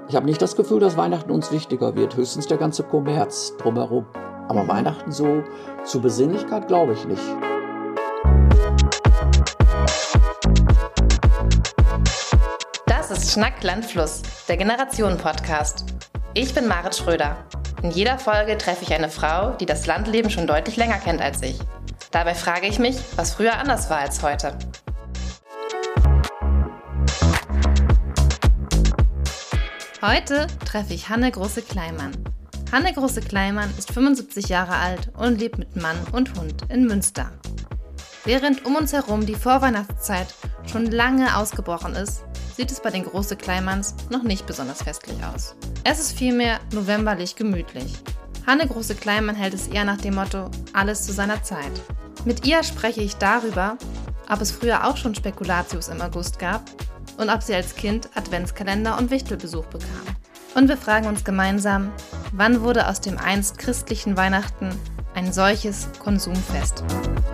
Ich habe nicht das Gefühl, dass Weihnachten uns wichtiger wird. Höchstens der ganze Kommerz drumherum. Aber Weihnachten so zur Besinnlichkeit glaube ich nicht. Das ist Schnack Land Fluss, der Generationen-Podcast. Ich bin Marit Schröder. In jeder Folge treffe ich eine Frau, die das Landleben schon deutlich länger kennt als ich. Dabei frage ich mich, was früher anders war als heute. Heute treffe ich Hanne Große-Kleimann. Hanne Große-Kleimann ist 75 Jahre alt und lebt mit Mann und Hund in Münster. Während um uns herum die Vorweihnachtszeit schon lange ausgebrochen ist, sieht es bei den Große-Kleimanns noch nicht besonders festlich aus. Es ist vielmehr novemberlich gemütlich. Hanne Große-Kleimann hält es eher nach dem Motto, alles zu seiner Zeit. Mit ihr spreche ich darüber, ob es früher auch schon Spekulatius im August gab und ob sie als Kind Adventskalender und Wichtelbesuch bekam. Und wir fragen uns gemeinsam, wann wurde aus dem einst christlichen Weihnachten ein solches Konsumfest?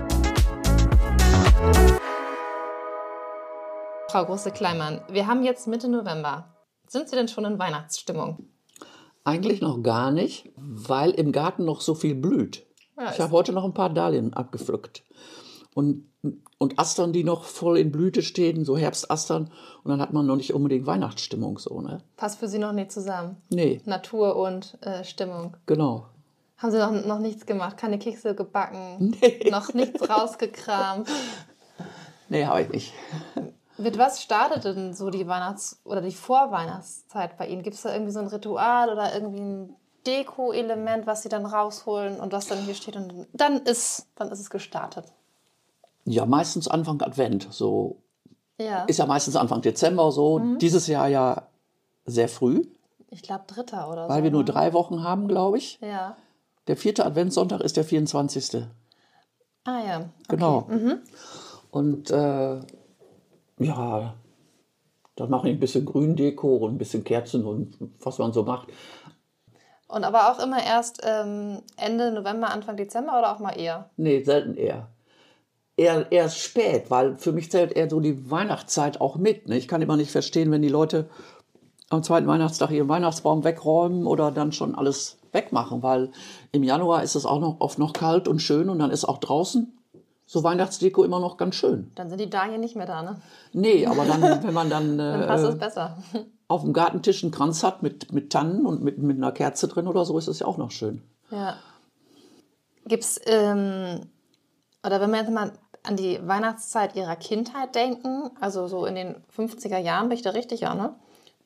Frau Große-Kleimann, wir haben jetzt Mitte November. Sind Sie denn schon in Weihnachtsstimmung? Eigentlich noch gar nicht, weil im Garten noch so viel blüht. Ja, Ich habe heute noch ein paar Dahlien abgepflückt. Und Astern, die noch voll in Blüte stehen, so Herbstastern. Und dann hat man noch nicht unbedingt Weihnachtsstimmung so, ne? Passt für Sie noch nicht zusammen? Nee. Natur und Stimmung. Genau. Haben Sie noch nichts gemacht? Keine Kekse gebacken? Nee. Noch nichts rausgekramt? Nee, habe ich nicht. Mit was startet denn so die oder die Vorweihnachtszeit bei Ihnen? Gibt es da irgendwie so ein Ritual oder irgendwie ein Deko-Element, was Sie dann rausholen und was dann hier steht und dann ist es gestartet? Ja, meistens Anfang Advent. So Ja. ist ja meistens Anfang Dezember so. Dieses Jahr ja sehr früh, Ich glaube 3. oder so. weil wir nur ne? 3 Wochen haben, glaube ich. Ja. Der 4. Adventssonntag ist der 24. Ah ja. Okay. Genau. Und ja, dann mache ich ein bisschen Gründeko und ein bisschen Kerzen und was man so macht. Und aber auch immer erst Ende November, Anfang Dezember oder auch mal eher? Nee, selten eher. Eher spät, weil für mich zählt eher so die Weihnachtszeit auch mit. Ne? Ich kann immer nicht verstehen, wenn die Leute am 2. Weihnachtstag ihren Weihnachtsbaum wegräumen oder dann schon alles wegmachen, weil im Januar ist es auch noch oft noch kalt und schön und dann ist auch draußen so Weihnachtsdeko immer noch ganz schön. Dann sind die Dahlien nicht mehr da, ne? Nee, aber dann, wenn man dann Dann passt es besser. auf dem Gartentisch einen Kranz hat mit Tannen und mit einer Kerze drin oder so, ist es ja auch noch schön. Ja. Gibt's, oder wenn wir jetzt mal an die Weihnachtszeit Ihrer Kindheit denken, also so in den 50er Jahren, bin ich da richtig, ja, ne?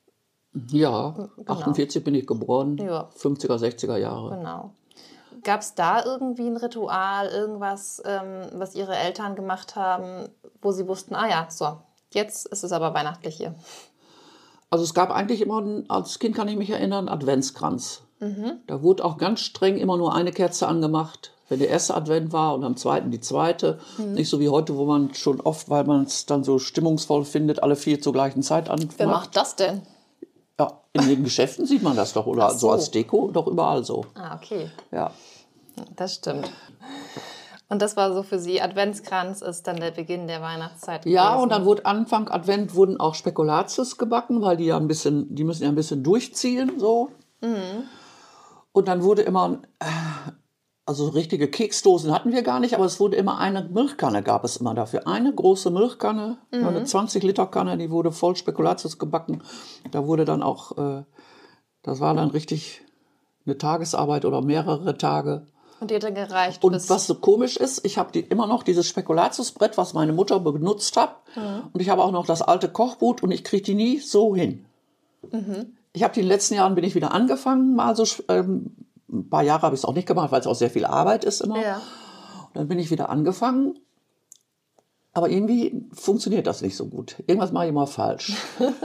Ja, 48 bin ich geboren, Ja. 50er, 60er Jahre. Genau. Gab es da irgendwie ein Ritual, irgendwas, was Ihre Eltern gemacht haben, wo Sie wussten, ah ja, so, jetzt ist es aber weihnachtlich hier? Also es gab eigentlich immer, als Kind kann ich mich erinnern, einen Adventskranz. Da wurde auch ganz streng immer nur eine Kerze angemacht, wenn der erste Advent war und am zweiten die zweite. Nicht so wie heute, wo man schon oft, weil man es dann so stimmungsvoll findet, alle 4 zur gleichen Zeit anmacht. Wer macht das denn? Ja, in den Geschäften sieht man das doch, oder Ach so. so als Deko, doch überall so. Ah, okay. Ja. Das stimmt. Und das war so für Sie, Adventskranz ist dann der Beginn der Weihnachtszeit Ja, gewesen. und dann wurde Anfang Advent wurden auch Spekulatius gebacken, weil die müssen ja ein bisschen durchziehen, so. Und dann wurde immer, also richtige Keksdosen hatten wir gar nicht, aber es wurde immer eine Milchkanne, gab es immer dafür. Eine große Milchkanne, eine 20-Liter-Kanne, die wurde voll Spekulatius gebacken. Da wurde dann auch, das war dann richtig eine Tagesarbeit oder mehrere Tage. Und die hat dann gereicht. Und was so komisch ist, ich habe immer noch dieses Spekulatiusbrett, was meine Mutter benutzt hat. Und ich habe auch noch das alte Kochbuch und ich kriege die nie so hin. Ich habe die in den letzten Jahren, bin ich wieder angefangen, mal so, ein paar Jahre habe ich es auch nicht gemacht, weil es auch sehr viel Arbeit ist immer. Ja. Und dann bin ich wieder angefangen. Aber irgendwie funktioniert das nicht so gut. Irgendwas mache ich immer falsch.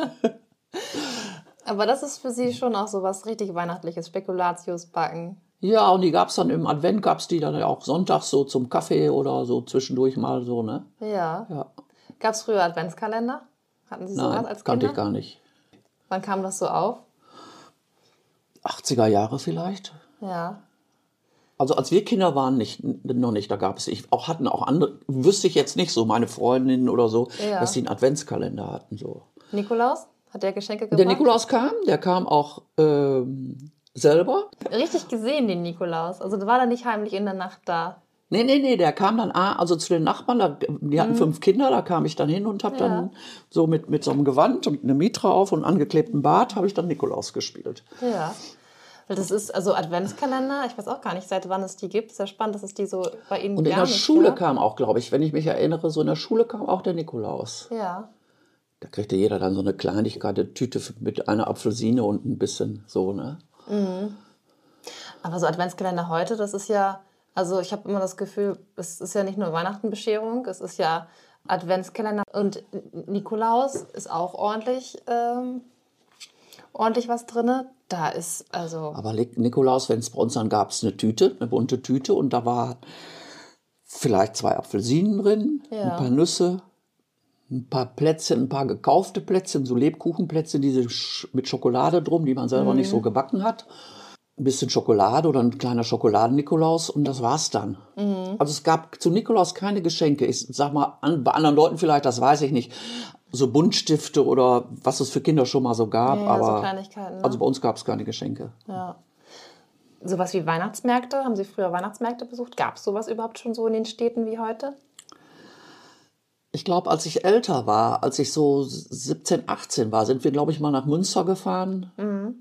Aber das ist für Sie schon auch so was richtig Weihnachtliches, Spekulatius backen. Ja, und die gab es dann im Advent, gab es die dann auch sonntags so zum Kaffee oder so zwischendurch mal so, ne? Ja. Ja. Gab es früher Adventskalender? Hatten Sie sowas Nein, als Kinder? kannte ich gar nicht. Wann kam das so auf? 80er Jahre vielleicht. Ja. Also als wir Kinder waren, noch nicht, da gab es, hatten auch andere, wüsste ich jetzt nicht so, meine Freundinnen oder so, Ja. dass sie einen Adventskalender hatten. So. Nikolaus? Hat der Geschenke gebracht? Der Nikolaus der kam auch selber. Richtig gesehen, den Nikolaus. Also war er nicht heimlich in der Nacht da? Nee, der kam dann also zu den Nachbarn, die hatten 5 Kinder, da kam ich dann hin und habe dann so mit so einem Gewand und einer Mitra auf und angeklebten Bart, habe ich dann Nikolaus gespielt. Ja, weil das ist also Adventskalender, ich weiß auch gar nicht, seit wann es die gibt. Sehr spannend, dass es die so bei Ihnen Und in der Schule kam auch, glaube ich, wenn ich mich erinnere, so in der Schule kam auch der Nikolaus. Ja. Da kriegte jeder dann so eine Kleinigkeit, eine Tüte mit einer Apfelsine und ein bisschen so, ne? Aber so Adventskalender heute, das ist ja, also ich habe immer das Gefühl, es ist ja nicht nur Weihnachtenbescherung, es ist ja Adventskalender und Nikolaus ist auch ordentlich was drin. Da ist also... Aber Nikolaus, wenn es bei uns dann gab es eine bunte Tüte und da war vielleicht 2 Apfelsinen drin, ein paar Nüsse, ein paar Plätzchen, ein paar gekaufte Plätzchen, so Lebkuchenplätzchen, diese mit Schokolade drum, die man selber nicht so gebacken hat. Ein bisschen Schokolade oder ein kleiner Schokoladen-Nikolaus und das war's dann. Also es gab zu Nikolaus keine Geschenke. Ich sag mal, bei anderen Leuten vielleicht, das weiß ich nicht, so Buntstifte oder was es für Kinder schon mal so gab. Ja, aber so Kleinigkeiten. Ne? Also bei uns gab es keine Geschenke. Ja. Sowas wie Weihnachtsmärkte, haben Sie früher Weihnachtsmärkte besucht? Gab es sowas überhaupt schon so in den Städten wie heute? Ich glaube, als ich älter war, als ich so 17, 18 war, sind wir, glaube ich, mal nach Münster gefahren.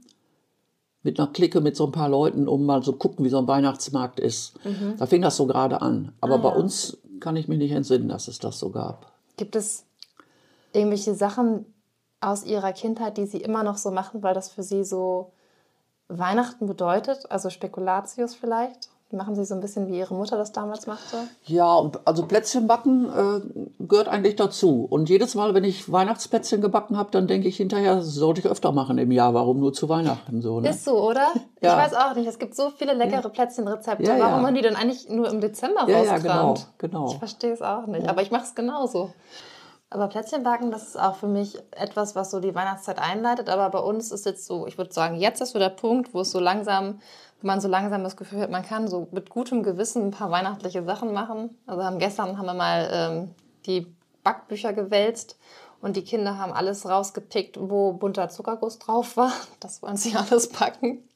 Mit einer Clique, mit so ein paar Leuten, um mal so gucken, wie so ein Weihnachtsmarkt ist. Da fing das so gerade an. Aber bei uns kann ich mich nicht entsinnen, dass es das so gab. Gibt es irgendwelche Sachen aus Ihrer Kindheit, die Sie immer noch so machen, weil das für Sie so Weihnachten bedeutet? Also Spekulatius vielleicht? Machen Sie so ein bisschen, wie Ihre Mutter das damals machte? Ja, also Plätzchen backen gehört eigentlich dazu. Und jedes Mal, wenn ich Weihnachtsplätzchen gebacken habe, dann denke ich hinterher, das sollte ich öfter machen im Jahr. Warum nur zu Weihnachten so? Ne? Ist so, oder? Ja. Ich weiß auch nicht. Es gibt so viele leckere Plätzchenrezepte. Ja, Warum man die dann eigentlich nur im Dezember rauskramt? Ja, genau. Ich verstehe es auch nicht. Aber ich mache es genauso. Aber Plätzchenbacken, das ist auch für mich etwas, was so die Weihnachtszeit einleitet. Aber bei uns ist jetzt so, ich würde sagen, jetzt ist so der Punkt, wo man so langsam das Gefühl hat, man kann so mit gutem Gewissen ein paar weihnachtliche Sachen machen. Also gestern haben wir mal die Backbücher gewälzt und die Kinder haben alles rausgepickt, wo bunter Zuckerguss drauf war. Das wollen sie alles backen.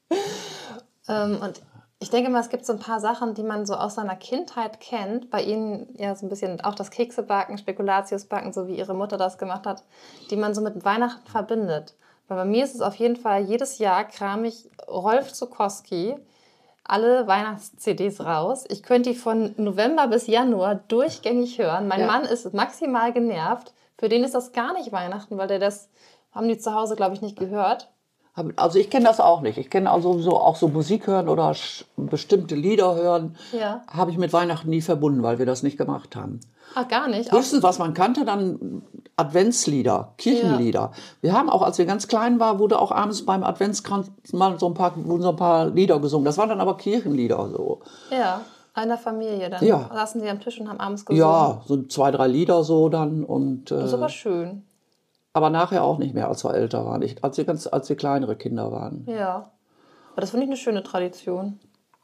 Und ich denke mal, es gibt so ein paar Sachen, die man so aus seiner Kindheit kennt. Bei Ihnen ja so ein bisschen auch das Keksebacken, Spekulatiusbacken, so wie Ihre Mutter das gemacht hat, die man so mit Weihnachten verbindet. Weil bei mir ist es auf jeden Fall, jedes Jahr kram ich Rolf Zuckowski alle Weihnachts-CDs raus. Ich könnte die von November bis Januar durchgängig hören. Mein Mann ist maximal genervt. Für den ist das gar nicht Weihnachten, weil haben die zu Hause, glaube ich, nicht gehört. Also ich kenne das auch nicht. Ich kenne also auch so Musik hören oder bestimmte Lieder hören. Ja. Habe ich mit Weihnachten nie verbunden, weil wir das nicht gemacht haben. Ach, gar nicht? Höchstens, was man kannte, dann Adventslieder, Kirchenlieder. Ja. Wir haben auch, als wir ganz klein waren, wurde auch abends beim Adventskranz mal wurden so ein paar Lieder gesungen. Das waren dann aber Kirchenlieder. So. Ja, einer Familie dann. Ja. Saßen sie am Tisch und haben abends gesungen. Ja, so 2, 3 Lieder so dann. Und, das ist aber schön. Aber nachher auch nicht mehr, als wir älter waren. Als wir kleinere Kinder waren. Ja, aber das finde ich eine schöne Tradition.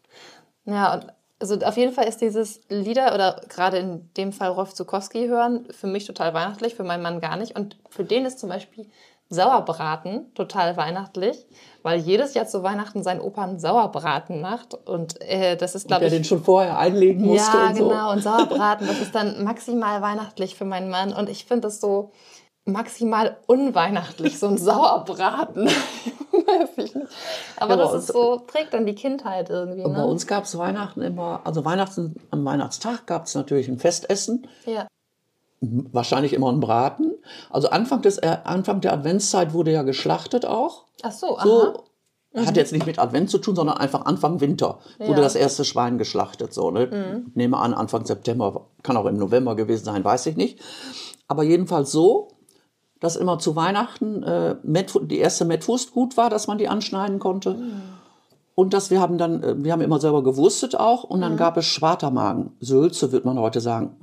Ja, und also auf jeden Fall ist dieses Lieder oder gerade in dem Fall Rolf Zuckowski hören für mich total weihnachtlich, für meinen Mann gar nicht. Und für den ist zum Beispiel Sauerbraten total weihnachtlich, weil jedes Jahr zu Weihnachten sein Opa einen Sauerbraten macht. Und das ist, glaube ich... Der den schon vorher einlegen musste ja, und so. Ja, genau. Und Sauerbraten, das ist dann maximal weihnachtlich für meinen Mann. Und ich finde das so maximal unweihnachtlich, so ein Sauerbraten. Weiß ich nicht. Aber ja, das ist so, prägt dann die Kindheit irgendwie. Und ne? Bei uns gab es Weihnachten immer, also am Weihnachtstag gab es natürlich ein Festessen. Ja. Wahrscheinlich immer ein Braten. Also Anfang der Adventszeit wurde ja geschlachtet auch. Ach so, aha. Hat jetzt nicht mit Advent zu tun, sondern einfach Anfang Winter wurde das erste Schwein geschlachtet. So, ne? Ich nehme an, Anfang September, kann auch im November gewesen sein, weiß ich nicht. Aber jedenfalls so, dass immer zu Weihnachten die erste Mettwurst gut war, dass man die anschneiden konnte. Und dass wir haben immer selber gewurstet auch. Und dann gab es Schwartermagen. Sülze, würde man heute sagen.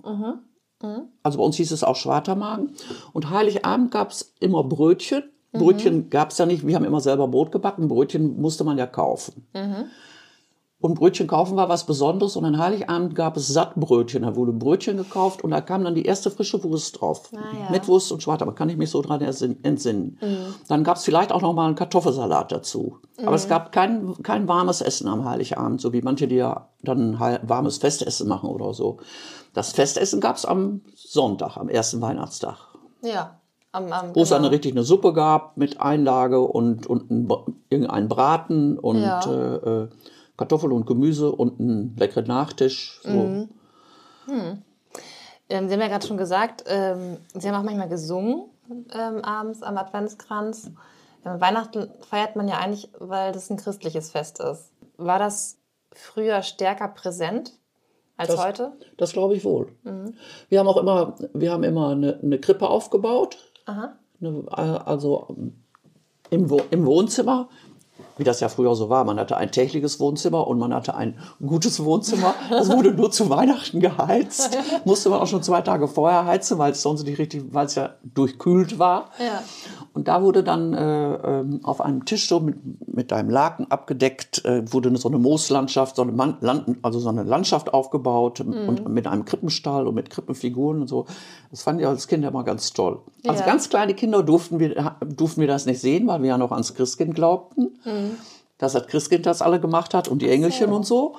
Also bei uns hieß es auch Schwartermagen. Und Heiligabend gab es immer Brötchen. Brötchen gab es ja nicht. Wir haben immer selber Brot gebacken. Brötchen musste man ja kaufen. Und Brötchen kaufen war was Besonderes. Und an Heiligabend gab es Sattbrötchen. Da wurde Brötchen gekauft und da kam dann die erste frische Wurst drauf. Ah, ja. Mit Wurst und Schwart, aber kann ich mich so dran entsinnen. Dann gab es vielleicht auch noch mal einen Kartoffelsalat dazu. Aber es gab kein warmes Essen am Heiligabend, so wie manche, die ja dann warmes Festessen machen oder so. Das Festessen gab es am Sonntag, am ersten Weihnachtstag. Ja. Wo es dann richtig eine Suppe gab mit Einlage und irgendein Braten und Kartoffeln und Gemüse und einen leckeren Nachtisch. So. Sie haben ja gerade schon gesagt, Sie haben auch manchmal gesungen abends am Adventskranz. Weihnachten feiert man ja eigentlich, weil das ein christliches Fest ist. War das früher stärker präsent als heute? Das glaube ich wohl. Wir haben immer eine Krippe aufgebaut. Aha. Also im Wohnzimmer, wie das ja früher so war. Man hatte ein tägliches Wohnzimmer und man hatte ein gutes Wohnzimmer. Das wurde nur zu Weihnachten geheizt. Musste man auch schon 2 Tage vorher heizen, weil es sonst nicht richtig, weil es ja durchkühlt war. Ja. Und da wurde dann auf einem Tisch so mit einem Laken abgedeckt, wurde so eine Mooslandschaft, so eine Landschaft aufgebaut und mit einem Krippenstall und mit Krippenfiguren und so. Das fand ich als Kind immer ganz toll. Ja. Als ganz kleine Kinder durften wir das nicht sehen, weil wir ja noch ans Christkind glaubten. Dass das Christkind das alle gemacht hat und die Engelchen und so.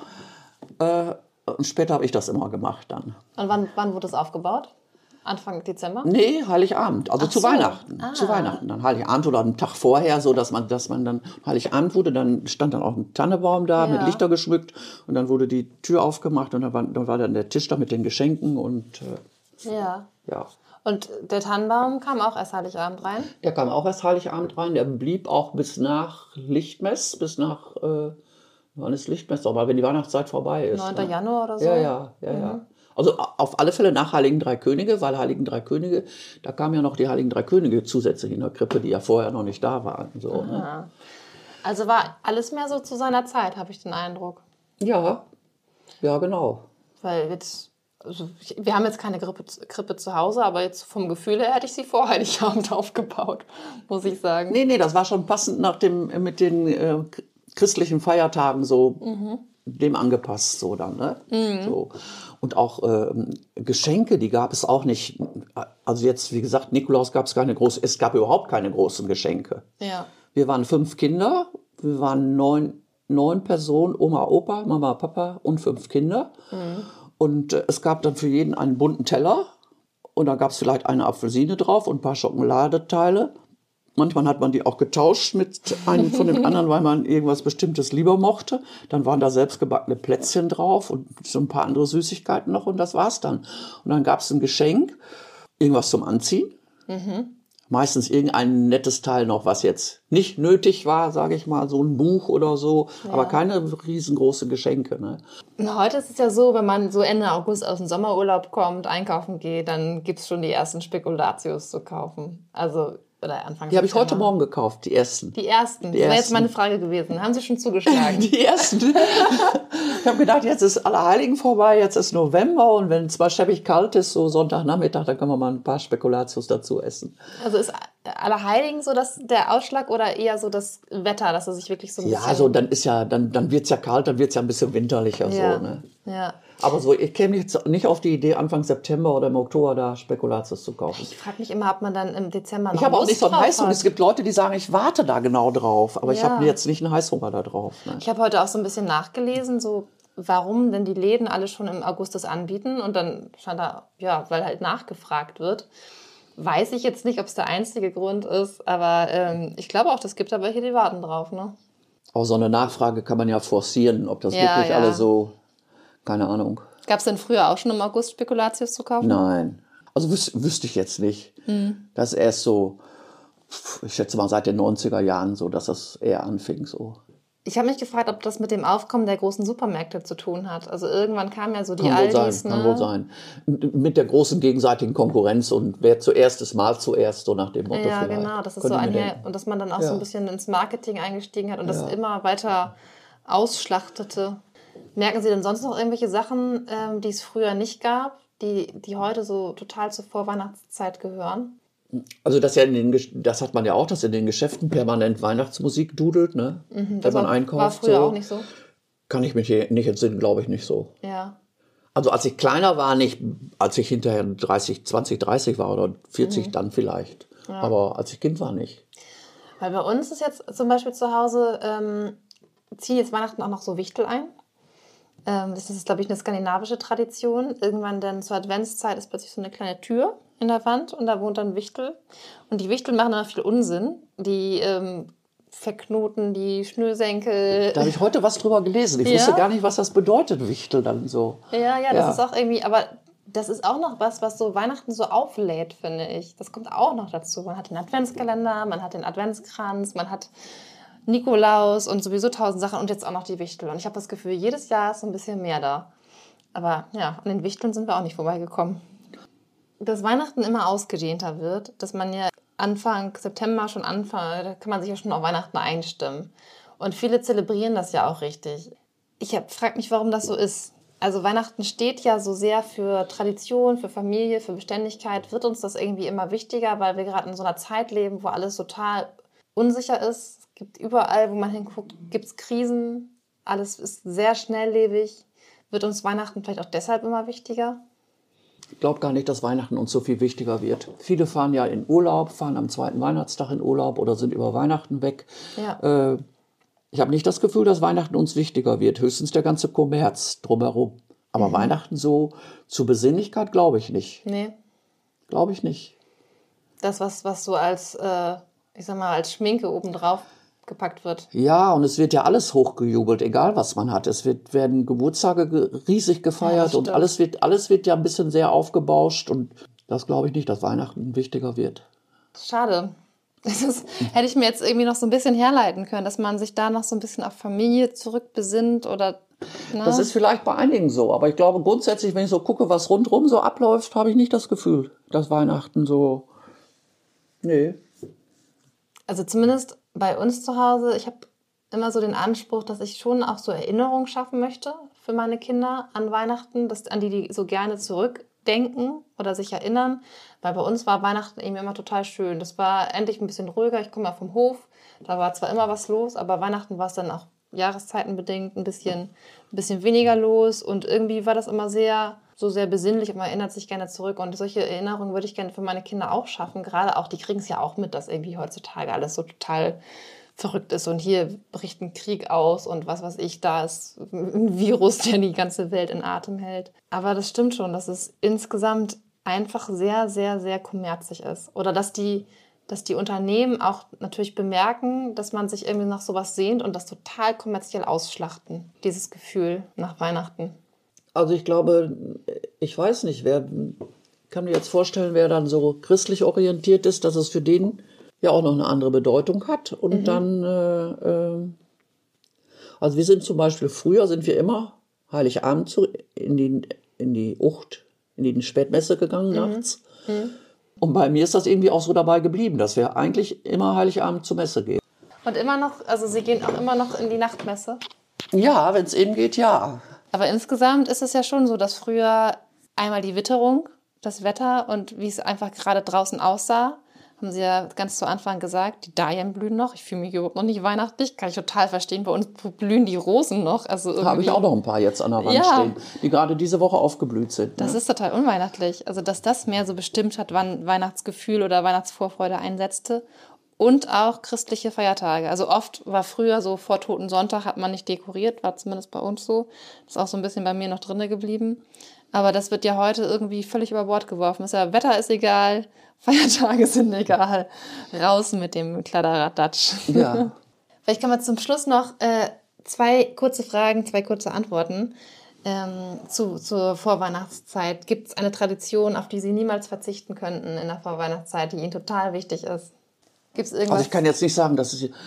Und später habe ich das immer gemacht dann. Und wann wurde das aufgebaut? Anfang Dezember? Nee, Heiligabend, also zu Weihnachten. Zu Weihnachten, dann Heiligabend oder einen Tag vorher, so dass man dann Heiligabend wurde, dann stand dann auch ein Tannebaum da, mit Lichter geschmückt und dann wurde die Tür aufgemacht und dann war dann der Tisch da mit den Geschenken und ja. Und der Tannenbaum kam auch erst Heiligabend rein? Der kam auch erst Heiligabend rein, der blieb auch bis nach Lichtmess, wann ist Lichtmess, aber wenn die Weihnachtszeit vorbei ist. 9. Januar oder so? Ja. Also auf alle Fälle nach Heiligen Drei Könige, weil Heiligen Drei Könige, da kamen ja noch die Heiligen Drei Könige zusätzlich in der Krippe, die ja vorher noch nicht da waren. So, ne? Also war alles mehr so zu seiner Zeit, habe ich den Eindruck. Ja, genau. Weil wir haben jetzt keine Krippe zu Hause, aber jetzt vom Gefühl her hätte ich sie vor Heiligabend aufgebaut, muss ich sagen. Nee, das war schon passend mit den christlichen Feiertagen so dem angepasst, so dann, ne? So. Und auch Geschenke, die gab es auch nicht. Also jetzt, wie gesagt, Nikolaus es gab überhaupt keine großen Geschenke. Ja. Wir waren 5 Kinder, wir waren 9 Personen, Oma, Opa, Mama, Papa und 5 Kinder. Und es gab dann für jeden einen bunten Teller und da gab es vielleicht eine Apfelsine drauf und ein paar Schokoladeteile. Manchmal hat man die auch getauscht mit einem von den anderen, weil man irgendwas Bestimmtes lieber mochte. Dann waren da selbstgebackene Plätzchen drauf und so ein paar andere Süßigkeiten noch und das war's dann. Und dann gab es ein Geschenk, irgendwas zum Anziehen. Meistens irgendein nettes Teil noch, was jetzt nicht nötig war, sage ich mal, so ein Buch oder so, aber keine riesengroße Geschenke. Ne? Heute ist es ja so, wenn man so Ende August aus dem Sommerurlaub kommt, einkaufen geht, dann gibt es schon die ersten Spekulatius zu kaufen. Also oder Anfang Die habe ich heute Morgen gekauft, die ersten. Die ersten? Das wäre jetzt meine Frage gewesen. Haben Sie schon zugeschlagen? Die ersten. Ich habe gedacht, jetzt ist Allerheiligen vorbei, jetzt ist November und wenn es mal schäbig kalt ist, so Sonntagnachmittag, dann können wir mal ein paar Spekulatius dazu essen. Also ist Allerheiligen so der Ausschlag oder eher so das Wetter, dass er sich wirklich so ein bisschen... Ja, so dann wird es ja kalt, dann wird es ja ein bisschen winterlicher. Ja. So, ne? Ja. Aber so, ich käme jetzt nicht auf die Idee, Anfang September oder im Oktober da Spekulatius zu kaufen. Ich frage mich immer, ob man dann im Dezember noch Ich habe auch nicht so einen Heißhunger. hat. Es gibt Leute, die sagen, ich warte da genau drauf. Aber ich habe jetzt nicht einen Heißhunger da drauf. Ne? Ich habe heute auch so ein bisschen nachgelesen, so warum denn die Läden alle schon im August das anbieten. Und dann stand da, weil halt nachgefragt wird. Weiß ich jetzt nicht, ob es der einzige Grund ist. Aber ich glaube auch, das gibt aber hier die warten drauf. Ne? Aber so eine Nachfrage kann man ja forcieren, ob das wirklich alle so... Keine Ahnung. Gab es denn früher auch schon im August Spekulatius zu kaufen? Nein. Also wüsste ich jetzt nicht. Das ist erst so, ich schätze mal seit den 90er Jahren so, dass das eher anfing so. Ich habe mich gefragt, ob das mit dem Aufkommen der großen Supermärkte zu tun hat. Also irgendwann kamen ja so die Aldis. Kann wohl sein. Mit der großen gegenseitigen Konkurrenz und wer zuerst ist, mal zuerst, so nach dem Motto. Ja, vielleicht. genau. Das ist so und dass man dann auch so ein bisschen ins Marketing eingestiegen hat und das immer weiter ausschlachtete. Merken Sie denn sonst noch irgendwelche Sachen, die es früher nicht gab, die heute so total zur Vorweihnachtszeit gehören? Also das hat man ja auch, dass in den Geschäften permanent Weihnachtsmusik dudelt, ne? Wenn man einkauft. War früher auch nicht so? Kann ich mich hier nicht entsinnen, glaube ich nicht so. Ja. Also als ich kleiner war, nicht, als ich hinterher 30 war oder 40 dann vielleicht. Ja. Aber als ich Kind war, nicht. Weil bei uns ist jetzt zum Beispiel zu Hause, ziehen jetzt Weihnachten auch noch so Wichtel ein. Das ist, glaube ich, eine skandinavische Tradition. Irgendwann dann zur Adventszeit ist plötzlich so eine kleine Tür in der Wand und da wohnt dann Wichtel. Und die Wichtel machen immer viel Unsinn. Die verknoten die Schnürsenkel. Da habe ich heute was drüber gelesen. Ich wusste gar nicht, was das bedeutet, Wichtel dann so. Ja, das ist auch irgendwie, aber das ist auch noch was so Weihnachten so auflädt, finde ich. Das kommt auch noch dazu. Man hat den Adventskalender, man hat den Adventskranz, man hat Nikolaus und sowieso 1000 Sachen und jetzt auch noch die Wichtel. Und ich habe das Gefühl, jedes Jahr ist so ein bisschen mehr da. Aber ja, an den Wichteln sind wir auch nicht vorbeigekommen. Dass Weihnachten immer ausgedehnter wird, dass man ja Anfang September schon da kann man sich ja schon auf Weihnachten einstimmen. Und viele zelebrieren das ja auch richtig. Ich frage mich, warum das so ist. Also Weihnachten steht ja so sehr für Tradition, für Familie, für Beständigkeit. Wird uns das irgendwie immer wichtiger, weil wir gerade in so einer Zeit leben, wo alles total unsicher ist. Es gibt überall, wo man hinguckt, gibt es Krisen. Alles ist sehr schnelllebig. Wird uns Weihnachten vielleicht auch deshalb immer wichtiger? Ich glaube gar nicht, dass Weihnachten uns so viel wichtiger wird. Viele fahren ja in Urlaub, fahren am zweiten Weihnachtstag in Urlaub oder sind über Weihnachten weg. Ja. Ich habe nicht das Gefühl, dass Weihnachten uns wichtiger wird. Höchstens der ganze Kommerz drumherum. Aber Weihnachten so zur Besinnlichkeit glaube ich nicht. Nee. Glaube ich nicht. Das, was so als, ich sag mal, als Schminke obendrauf gepackt wird. Ja, und es wird ja alles hochgejubelt, egal was man hat. Werden Geburtstage riesig gefeiert und alles wird ja ein bisschen sehr aufgebauscht. Und das glaube ich nicht, dass Weihnachten wichtiger wird. Schade. Hätte ich mir jetzt irgendwie noch so ein bisschen herleiten können, dass man sich da noch so ein bisschen auf Familie zurückbesinnt oder... Ne? Das ist vielleicht bei einigen so, aber ich glaube grundsätzlich, wenn ich so gucke, was rundherum so abläuft, habe ich nicht das Gefühl, dass Weihnachten so... Nee. Also zumindest bei uns zu Hause, ich habe immer so den Anspruch, dass ich schon auch so Erinnerungen schaffen möchte für meine Kinder an Weihnachten, an die so gerne zurückdenken oder sich erinnern. Weil bei uns war Weihnachten irgendwie immer total schön. Das war endlich ein bisschen ruhiger. Ich komme ja vom Hof, da war zwar immer was los, aber Weihnachten war es dann auch jahreszeitenbedingt ein bisschen weniger los. Und irgendwie war das immer sehr besinnlich und man erinnert sich gerne zurück. Und solche Erinnerungen würde ich gerne für meine Kinder auch schaffen. Gerade auch, die kriegen es ja auch mit, dass irgendwie heutzutage alles so total verrückt ist. Und hier bricht ein Krieg aus und was weiß ich, da ist ein Virus, der die ganze Welt in Atem hält. Aber das stimmt schon, dass es insgesamt einfach sehr, sehr, sehr kommerzig ist. Oder dass die Unternehmen auch natürlich bemerken, dass man sich irgendwie nach sowas sehnt und das total kommerziell ausschlachten, dieses Gefühl nach Weihnachten. Also ich glaube, ich weiß nicht, kann mir jetzt vorstellen, wer dann so christlich orientiert ist, dass es für den ja auch noch eine andere Bedeutung hat. Und dann, also wir sind zum Beispiel, früher sind wir immer Heiligabend in die Ucht, in die Spätmesse gegangen nachts. Und bei mir ist das irgendwie auch so dabei geblieben, dass wir eigentlich immer Heiligabend zur Messe gehen. Und immer noch, also Sie gehen auch immer noch in die Nachtmesse? Ja, wenn es eben geht, ja. Aber insgesamt ist es ja schon so, dass früher einmal die Witterung, das Wetter und wie es einfach gerade draußen aussah, haben Sie ja ganz zu Anfang gesagt, die Dahlien blühen noch. Ich fühle mich überhaupt noch nicht weihnachtlich, kann ich total verstehen. Bei uns blühen die Rosen noch. Also habe ich auch noch ein paar jetzt an der Wand stehen, die gerade diese Woche aufgeblüht sind. Das ist total unweihnachtlich. Also dass das mehr so bestimmt hat, wann Weihnachtsgefühl oder Weihnachtsvorfreude einsetzte. Und auch christliche Feiertage. Also oft war früher so vor Totensonntag hat man nicht dekoriert, war zumindest bei uns so. Das ist auch so ein bisschen bei mir noch drin geblieben. Aber das wird ja heute irgendwie völlig über Bord geworfen. Wetter ist egal, Feiertage sind egal. Raus mit dem Kladderadatsch. Ja. Vielleicht können wir zum Schluss noch 2 kurze Fragen, 2 kurze Antworten zur Vorweihnachtszeit. Gibt es eine Tradition, auf die Sie niemals verzichten könnten in der Vorweihnachtszeit, die Ihnen total wichtig ist? Gibt's irgendwas? Also ich kann jetzt nicht sagen, dass es...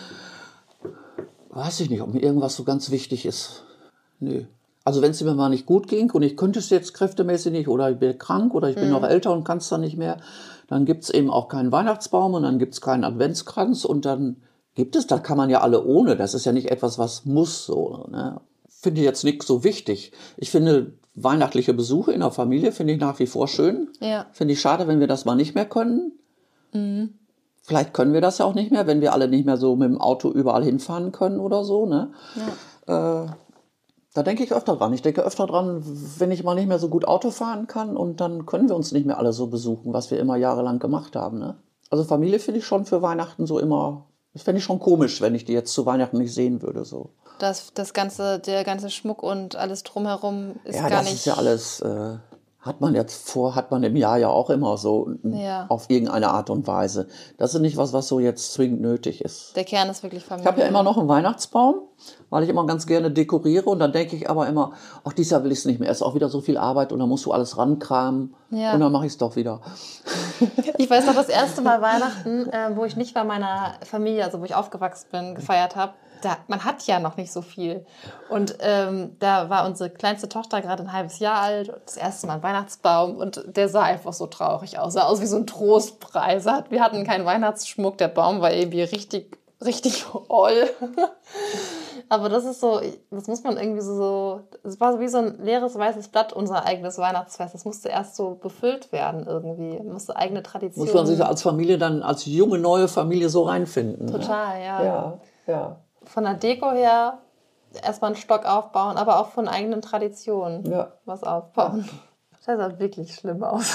Weiß ich nicht, ob mir irgendwas so ganz wichtig ist. Nö. Also wenn es mir mal nicht gut ging und ich könnte es jetzt kräftemäßig nicht oder ich bin krank oder ich bin noch älter und kann es dann nicht mehr, dann gibt es eben auch keinen Weihnachtsbaum und dann gibt es keinen Adventskranz und dann da kann man ja alle ohne. Das ist ja nicht etwas, was muss so. Ne? Finde ich jetzt nicht so wichtig. Ich finde weihnachtliche Besuche in der Familie finde ich nach wie vor schön. Ja. Finde ich schade, wenn wir das mal nicht mehr können. Mhm. Vielleicht können wir das ja auch nicht mehr, wenn wir alle nicht mehr so mit dem Auto überall hinfahren können oder so. Ne? Ja. Da denke ich öfter dran. Ich denke öfter dran, wenn ich mal nicht mehr so gut Auto fahren kann und dann können wir uns nicht mehr alle so besuchen, was wir immer jahrelang gemacht haben. Ne? Also Familie finde ich schon für Weihnachten so immer, das fände ich schon komisch, wenn ich die jetzt zu Weihnachten nicht sehen würde. So. Der ganze Schmuck und alles drumherum ist ja, gar nicht... Ja, das ist ja alles... hat man im Jahr ja auch immer so auf irgendeine Art und Weise. Das ist nicht was so jetzt zwingend nötig ist. Der Kern ist wirklich Familie. Ich habe ja immer noch einen Weihnachtsbaum, weil ich immer ganz gerne dekoriere und dann denke ich aber immer, ach, dieses Jahr will ich es nicht mehr, es ist auch wieder so viel Arbeit und dann musst du alles rankramen und dann mache ich es doch wieder. Ich weiß noch, das erste Mal Weihnachten, wo ich nicht bei meiner Familie, also wo ich aufgewachsen bin, gefeiert habe. Man hat ja noch nicht so viel. Und da war unsere kleinste Tochter gerade ein halbes Jahr alt, das erste Mal ein Weihnachtsbaum und der sah einfach so traurig aus. Sah aus wie so ein Trostpreis. Wir hatten keinen Weihnachtsschmuck, der Baum war irgendwie richtig, richtig oll. Aber das ist so, das muss man irgendwie so, es war wie so ein leeres weißes Blatt, unser eigenes Weihnachtsfest. Das musste erst so befüllt werden irgendwie. Man musste eigene Traditionen. Muss man sich als Familie dann, als junge, neue Familie so reinfinden. Total, ja. Ja. Von der Deko her erstmal einen Stock aufbauen, aber auch von eigenen Traditionen was aufbauen. Das sah wirklich schlimm aus.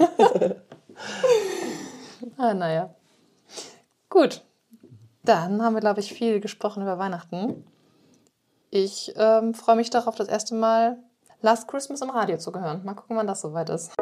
Naja. Gut. Dann haben wir, glaube ich, viel gesprochen über Weihnachten. Ich freue mich darauf, das erste Mal Last Christmas im Radio zu hören. Mal gucken, wann das soweit ist.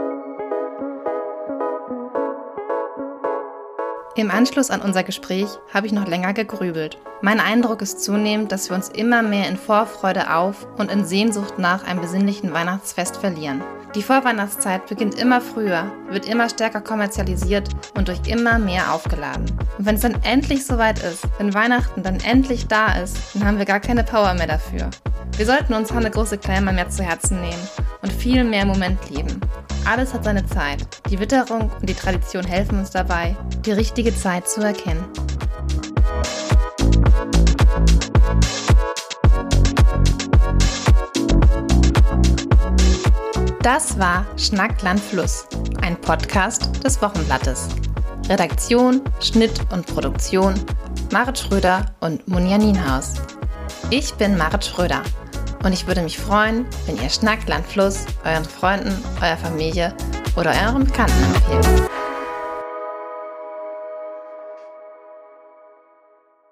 Im Anschluss an unser Gespräch habe ich noch länger gegrübelt. Mein Eindruck ist zunehmend, dass wir uns immer mehr in Vorfreude auf und in Sehnsucht nach einem besinnlichen Weihnachtsfest verlieren. Die Vorweihnachtszeit beginnt immer früher, wird immer stärker kommerzialisiert und durch immer mehr aufgeladen. Und wenn es dann endlich soweit ist, wenn Weihnachten dann endlich da ist, dann haben wir gar keine Power mehr dafür. Wir sollten uns Hanne Große Kleinman mehr zu Herzen nehmen und viel mehr im Moment leben. Alles hat seine Zeit. Die Witterung und die Tradition helfen uns dabei, die richtige Zeit zu erkennen. Das war Schnack Land Fluss, ein Podcast des Wochenblattes. Redaktion, Schnitt und Produktion Marit Schröder und Munja Nienhaus. Ich bin Marit Schröder und ich würde mich freuen, wenn ihr Schnack Land Fluss euren Freunden, eurer Familie oder euren Bekannten empfehlt.